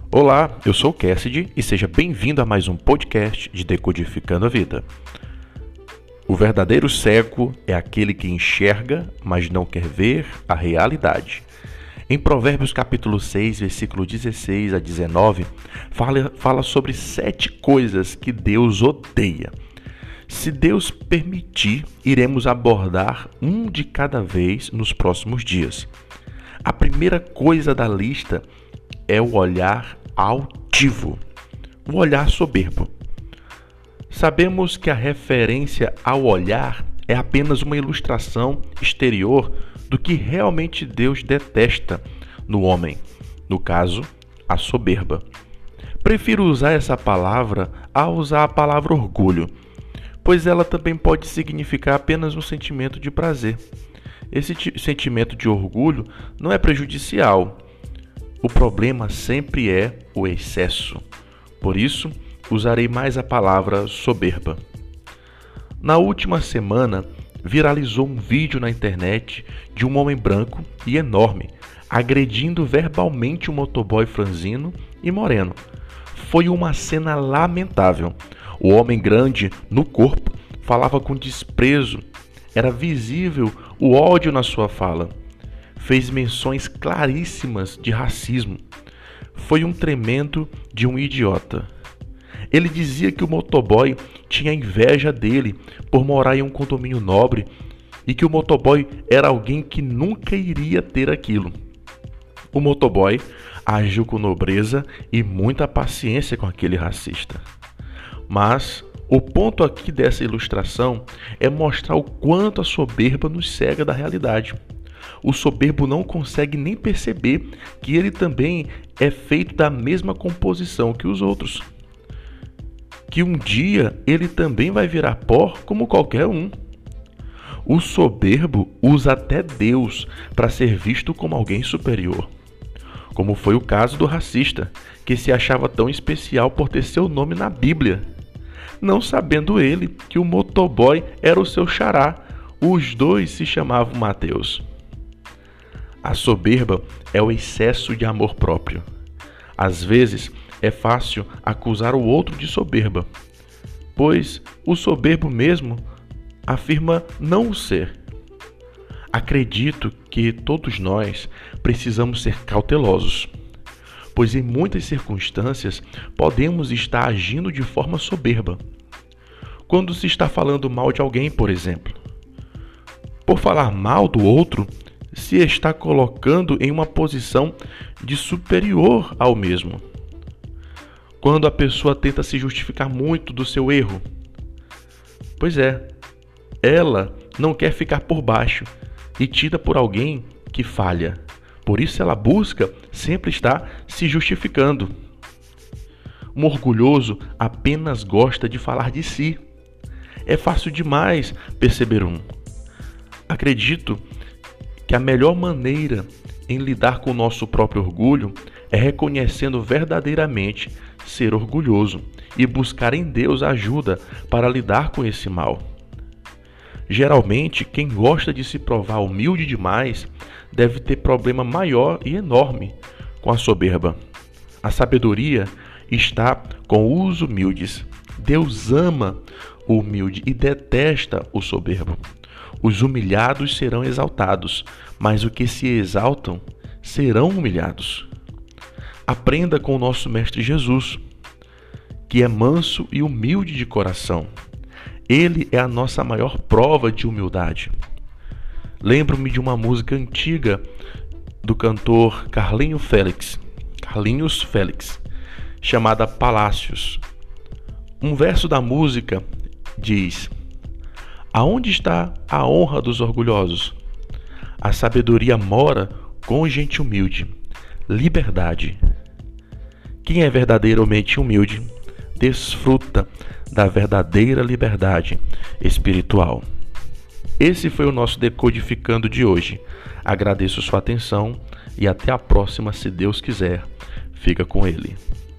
Olá, eu sou o Cassidy e seja bem-vindo a mais um podcast de Decodificando a Vida. O verdadeiro cego é aquele que enxerga, mas não quer ver a realidade. Em Provérbios capítulo 6, versículo 16 a 19, fala sobre 7 coisas que Deus odeia. Se Deus permitir, iremos abordar um de cada vez nos próximos dias. A primeira coisa da lista é o olhar altivo, o olhar soberbo. Sabemos que a referência ao olhar é apenas uma ilustração exterior do que realmente Deus detesta no homem, no caso, a soberba. Prefiro usar essa palavra a usar a palavra orgulho, pois ela também pode significar apenas um sentimento de prazer. Esse sentimento de orgulho não é prejudicial. O problema sempre é o excesso. Por isso, usarei mais a palavra soberba. Na última semana, viralizou um vídeo na internet de um homem branco e enorme, agredindo verbalmente um motoboy franzino e moreno. Foi uma cena lamentável. O homem grande, no corpo, falava com desprezo. Era visível o ódio na sua fala. Fez menções claríssimas de racismo. Foi um tremendo de um idiota. Ele dizia que o motoboy tinha inveja dele por morar em um condomínio nobre e que o motoboy era alguém que nunca iria ter aquilo. O motoboy agiu com nobreza e muita paciência com aquele racista. Mas o ponto aqui dessa ilustração é mostrar o quanto a soberba nos cega da realidade. O soberbo não consegue nem perceber que ele também é feito da mesma composição que os outros. Que um dia ele também vai virar pó como qualquer um. O soberbo usa até Deus para ser visto como alguém superior. Como foi o caso do racista, que se achava tão especial por ter seu nome na Bíblia. Não sabendo ele que o motoboy era o seu xará. Os dois se chamavam Mateus. A soberba é o excesso de amor próprio. Às vezes, é fácil acusar o outro de soberba, pois o soberbo mesmo afirma não o ser. Acredito que todos nós precisamos ser cautelosos, pois em muitas circunstâncias podemos estar agindo de forma soberba. Quando se está falando mal de alguém, por exemplo. Por falar mal do outro, se está colocando em uma posição de superior ao mesmo. Quando a pessoa tenta se justificar muito do seu erro. Pois é, ela não quer ficar por baixo e tida por alguém que falha. Por isso ela busca sempre estar se justificando. Um orgulhoso apenas gosta de falar de si. É fácil demais perceber um. Acredito que a melhor maneira em lidar com o nosso próprio orgulho é reconhecendo verdadeiramente ser orgulhoso e buscar em Deus ajuda para lidar com esse mal. Geralmente, quem gosta de se provar humilde demais deve ter problema maior e enorme com a soberba. A sabedoria está com os humildes. Deus ama o humilde e detesta o soberbo. Os humilhados serão exaltados, mas os que se exaltam serão humilhados. Aprenda com o nosso Mestre Jesus, que é manso e humilde de coração. Ele é a nossa maior prova de humildade. Lembro-me de uma música antiga do cantor Carlinhos Félix, chamada Palácios. Um verso da música diz: aonde está a honra dos orgulhosos? A sabedoria mora com gente humilde. Liberdade. Quem é verdadeiramente humilde desfruta da verdadeira liberdade espiritual. Esse foi o nosso Decodificando de hoje. Agradeço sua atenção e até a próxima, se Deus quiser. Fica com Ele.